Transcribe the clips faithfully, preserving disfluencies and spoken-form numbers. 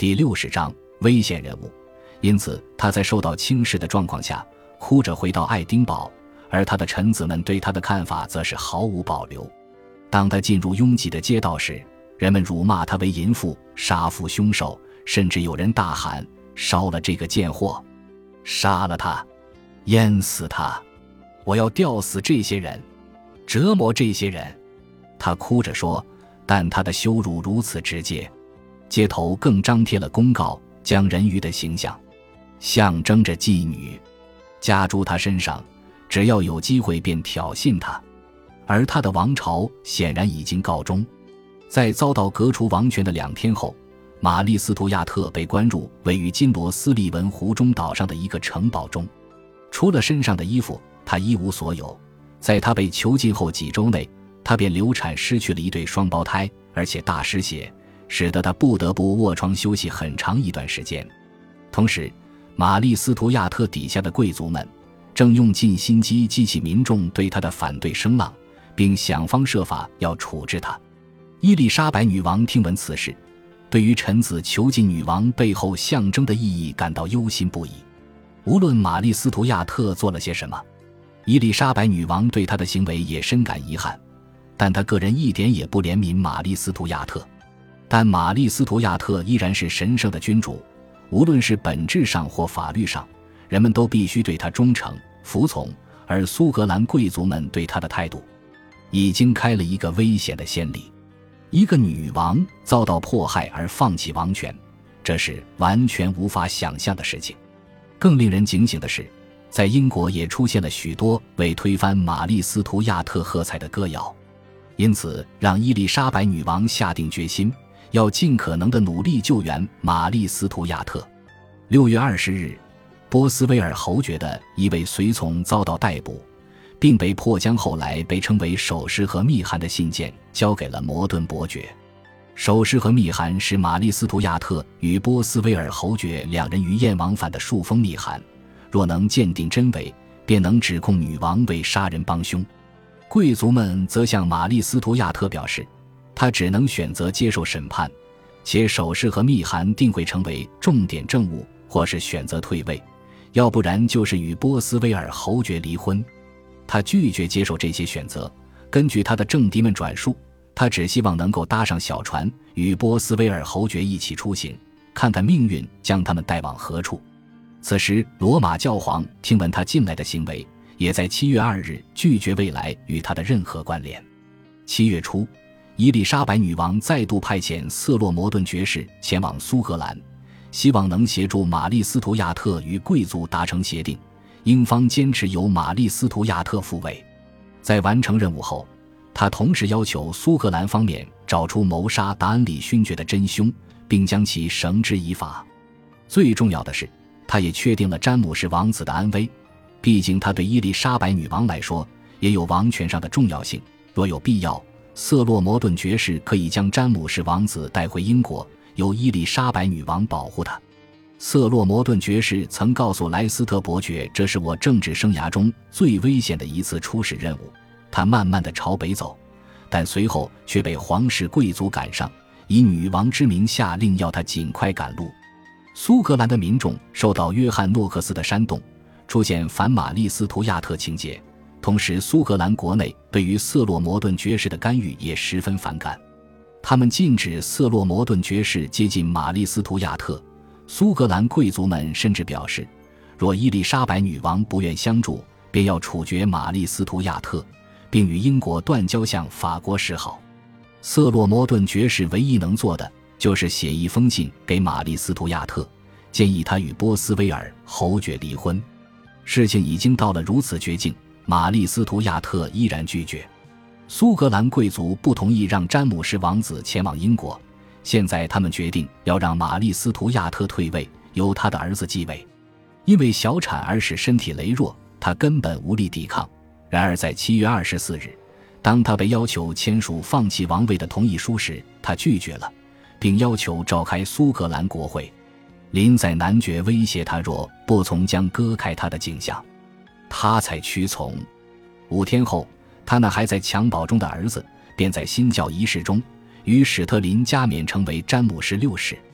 第六十章危险人物。因此他在受到轻视的状况下哭着回到爱丁堡，而他的臣子们对他的看法则是毫无保留。当他进入拥挤的街道时，人们辱骂他为淫妇、杀父凶手，甚至有人大喊：烧了这个贱货，杀了他，淹死他，我要吊死这些人，折磨这些人。他哭着说，但他的羞辱如此直接。街头更张贴了公告，将人鱼的形象象征着妓女加诸他身上，只要有机会便挑衅他。而他的王朝显然已经告终。在遭到革除王权的两天后，玛丽斯图亚特被关入位于金罗斯利文湖中岛上的一个城堡中。除了身上的衣服，他一无所有。在他被囚禁后几周内，他便流产失去了一对双胞胎，而且大失血，使得他不得不卧床休息很长一段时间。同时，玛丽斯图亚特底下的贵族们正用尽心机激起民众对他的反对声浪，并想方设法要处置他。伊丽莎白女王听闻此事，对于臣子囚禁女王背后象征的意义感到忧心不已。无论玛丽斯图亚特做了些什么，伊丽莎白女王对她的行为也深感遗憾，但她个人一点也不怜悯玛丽斯图亚特。但玛丽斯图亚特依然是神圣的君主，无论是本质上或法律上，人们都必须对他忠诚服从，而苏格兰贵族们对他的态度已经开了一个危险的先例。一个女王遭到迫害而放弃王权，这是完全无法想象的事情。更令人警醒的是，在英国也出现了许多为推翻玛丽斯图亚特喝彩的歌谣，因此让伊丽莎白女王下定决心，要尽可能的努力救援玛丽斯图亚特。六月二十日，波斯威尔侯爵的一位随从遭到逮捕，并被迫将后来被称为首诗和密函的信件交给了摩顿伯爵。首诗和密函是玛丽斯图亚特与波斯威尔侯爵两人于燕往返的数封密函，若能鉴定真伪，便能指控女王为杀人帮凶。贵族们则向玛丽斯图亚特表示，他只能选择接受审判，且首诗和密函定会成为重点证物，或是选择退位，要不然就是与波斯威尔侯爵离婚。他拒绝接受这些选择，根据他的政敌们转述，他只希望能够搭上小船，与波斯威尔侯爵一起出行，看看命运将他们带往何处。此时罗马教皇听闻他进来的行为，也在七月二日拒绝未来与他的任何关联。七月初，伊丽莎白女王再度派遣瑟洛摩顿爵士前往苏格兰，希望能协助玛丽斯图亚特与贵族达成协定，英方坚持由玛丽斯图亚特复位。在完成任务后，他同时要求苏格兰方面找出谋杀达恩里勋爵的真凶，并将其绳之以法。最重要的是，他也确定了詹姆士王子的安危，毕竟他对伊丽莎白女王来说也有王权上的重要性。若有必要，瑟洛摩顿爵士可以将詹姆士王子带回英国，由伊丽莎白女王保护他。瑟洛摩顿爵士曾告诉莱斯特伯爵，这是我政治生涯中最危险的一次出使任务。他慢慢地朝北走，但随后却被皇室贵族赶上，以女王之名下令要他尽快赶路。苏格兰的民众受到约翰诺克斯的煽动，出现反玛丽斯图亚特情节，同时苏格兰国内对于瑟洛摩顿爵士的干预也十分反感。他们禁止瑟洛摩顿爵士接近玛丽斯图亚特。苏格兰贵族们甚至表示，若伊丽莎白女王不愿相助，便要处决玛丽斯图亚特，并与英国断交，向法国示好。瑟洛摩顿爵士唯一能做的就是写一封信给玛丽斯图亚特，建议他与波斯威尔侯爵离婚。事情已经到了如此绝境，玛丽斯图亚特依然拒绝。苏格兰贵族不同意让詹姆士王子前往英国，现在他们决定要让玛丽斯图亚特退位，由他的儿子继位。因为小产而使身体羸弱，他根本无力抵抗。然而在七月二十四日，当他被要求签署放弃王位的同意书时，他拒绝了，并要求召开苏格兰国会。临在男爵威胁他，若不从将割开他的颈项，他才屈从。五天后，他那还在襁褓中的儿子便在新教仪式中与史特林加冕成为詹姆士六世。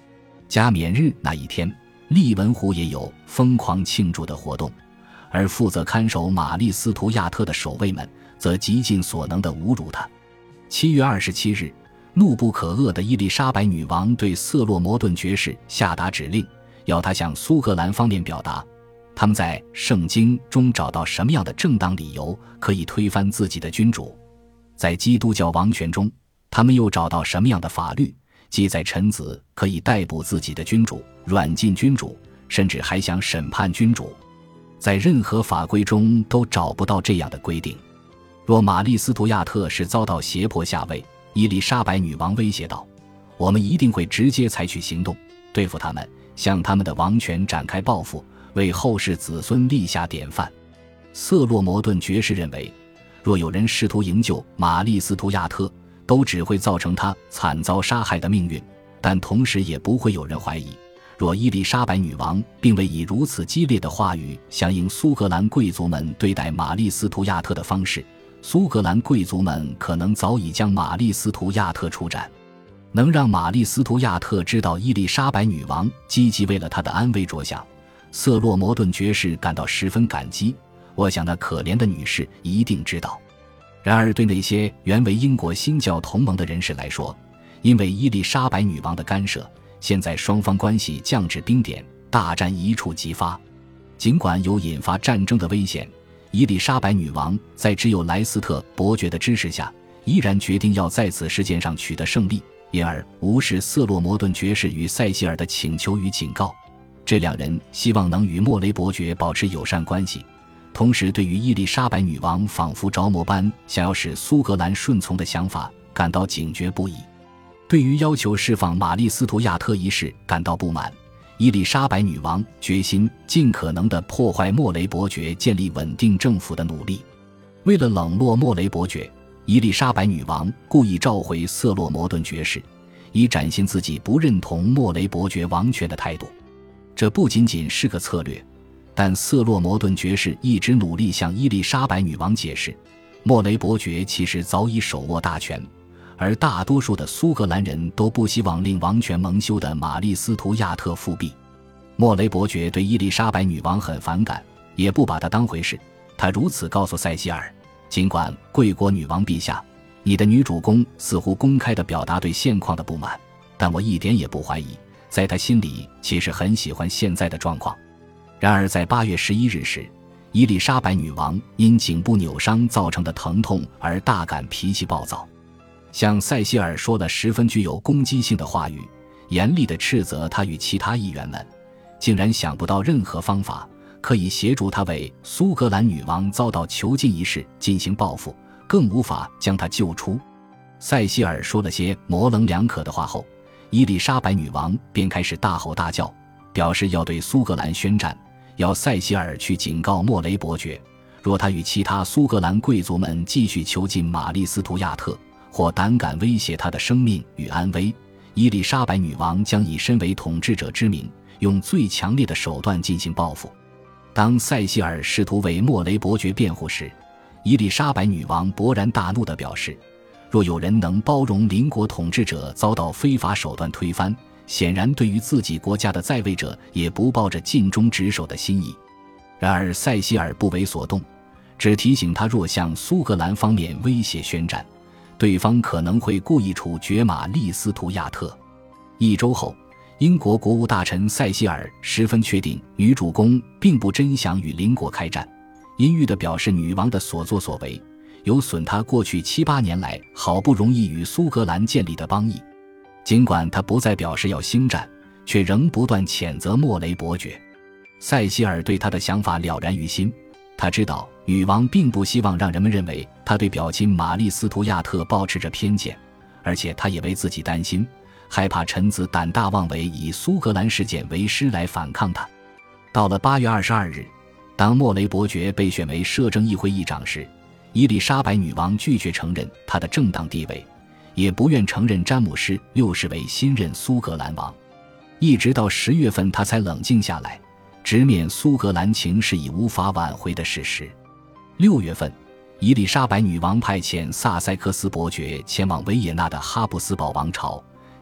加冕日那一天，利文湖也有疯狂庆祝的活动，而负责看守玛丽斯图亚特的守卫们则极尽所能地侮辱他。七月二十七日，怒不可遏的伊丽莎白女王对瑟洛摩顿爵士下达指令，要他向苏格兰方面表达他们在圣经中找到什么样的正当理由可以推翻自己的君主，在基督教王权中他们又找到什么样的法律记载臣子可以逮捕自己的君主，软禁君主，甚至还想审判君主。在任何法规中都找不到这样的规定。若玛丽斯图亚特是遭到胁迫下位，伊丽莎白女王威胁道，我们一定会直接采取行动对付他们，向他们的王权展开报复，为后世子孙立下典范。瑟洛摩顿爵士认为，若有人试图营救玛丽斯图亚特，都只会造成他惨遭杀害的命运，但同时也不会有人怀疑，若伊丽莎白女王并未以如此激烈的话语响应苏格兰贵族们对待玛丽斯图亚特的方式，苏格兰贵族们可能早已将玛丽斯图亚特处斩。能让玛丽斯图亚特知道伊丽莎白女王积极为了他的安危着想，瑟洛摩顿爵士感到十分感激，我想那可怜的女士一定知道。然而对那些原为英国新教同盟的人士来说，因为伊丽莎白女王的干涉，现在双方关系降至冰点，大战一触即发。尽管有引发战争的危险，伊丽莎白女王在只有莱斯特伯爵的支持下，依然决定要在此事件上取得胜利，因而无视瑟洛摩顿爵士与塞西尔的请求与警告。这两人希望能与莫雷伯爵保持友善关系，同时对于伊丽莎白女王仿佛着魔般想要使苏格兰顺从的想法感到警觉不已。对于要求释放玛丽斯图亚特一事感到不满，伊丽莎白女王决心尽可能地破坏莫雷伯爵建立稳定政府的努力。为了冷落莫雷伯爵，伊丽莎白女王故意召回瑟洛摩顿爵士，以展现自己不认同莫雷伯爵王权的态度。这不仅仅是个策略，但瑟洛摩顿爵士一直努力向伊丽莎白女王解释，莫雷伯爵其实早已手握大权，而大多数的苏格兰人都不希望令王权蒙羞的玛丽斯图亚特复辟。莫雷伯爵对伊丽莎白女王很反感，也不把她当回事。他如此告诉塞西尔，尽管贵国女王陛下，你的女主公似乎公开地表达对现况的不满，但我一点也不怀疑，在她心里其实很喜欢现在的状况。然而在八月十一日时，伊丽莎白女王因颈部扭伤造成的疼痛而大感脾气暴躁，向塞西尔说了十分具有攻击性的话语，严厉地斥责他与其他议员们竟然想不到任何方法可以协助他为苏格兰女王遭到囚禁一事进行报复，更无法将她救出。塞西尔说了些模棱两可的话后，伊丽莎白女王便开始大吼大叫，表示要对苏格兰宣战，要塞西尔去警告莫雷伯爵，若他与其他苏格兰贵族们继续囚禁玛丽斯图亚特，或胆敢威胁他的生命与安危，伊丽莎白女王将以身为统治者之名，用最强烈的手段进行报复。当塞西尔试图为莫雷伯爵辩护时，伊丽莎白女王勃然大怒地表示，若有人能包容邻国统治者遭到非法手段推翻，显然对于自己国家的在位者也不抱着尽忠职守的心意。然而塞西尔不为所动，只提醒他若向苏格兰方面威胁宣战，对方可能会故意处决玛丽斯图亚特。一周后，英国国务大臣塞西尔十分确定女主公并不真想与邻国开战，阴郁地表示女王的所作所为有损他过去七八年来好不容易与苏格兰建立的邦谊。尽管他不再表示要兴战，却仍不断谴责莫雷伯爵。塞西尔对他的想法了然于心，他知道女王并不希望让人们认为他对表亲玛丽斯图亚特抱持着偏见，而且他也为自己担心，害怕臣子胆大妄为，以苏格兰事件为师来反抗他。到了八月二十二日，当莫雷伯爵被选为摄政议会议长时，伊丽莎白女王拒绝承认他的正当地位，也不愿承认詹姆士六世为新任苏格兰王。一直到十月份他才冷静下来，直面苏格兰情势已无法挽回的事实。六月份，伊丽莎白女王派遣萨塞克斯伯爵前往维也纳的哈布斯堡王朝，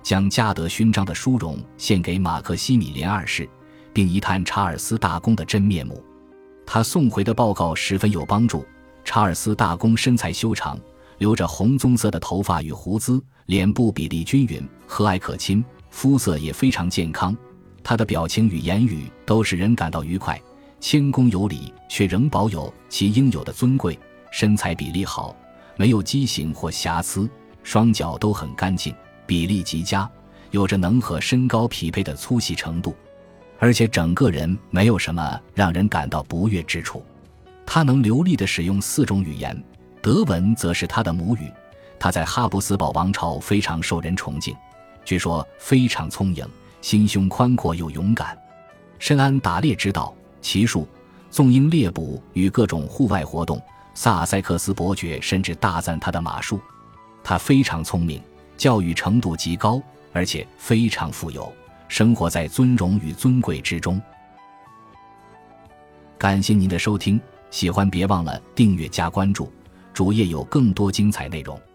将嘉德勋章的殊荣献给马克西米连二世，并一探查尔斯大公的真面目。他送回的报告十分有帮助。查尔斯大公身材修长，留着红棕色的头发与胡子，脸部比例均匀，和蔼可亲，肤色也非常健康。他的表情与言语都使人感到愉快，谦恭有礼，却仍保有其应有的尊贵。身材比例好，没有畸形或瑕疵，双脚都很干净，比例极佳，有着能和身高匹配的粗细程度，而且整个人没有什么让人感到不悦之处。他能流利地使用四种语言，德文则是他的母语。他在哈布斯堡王朝非常受人崇敬，据说非常聪颖，心胸宽阔又勇敢，深谙打猎之道、骑术，纵英猎捕与各种户外活动。萨塞克斯伯爵甚至大赞他的马术。他非常聪明，教育程度极高，而且非常富有，生活在尊荣与尊贵之中。感谢您的收听，喜欢别忘了订阅加关注，主页有更多精彩内容。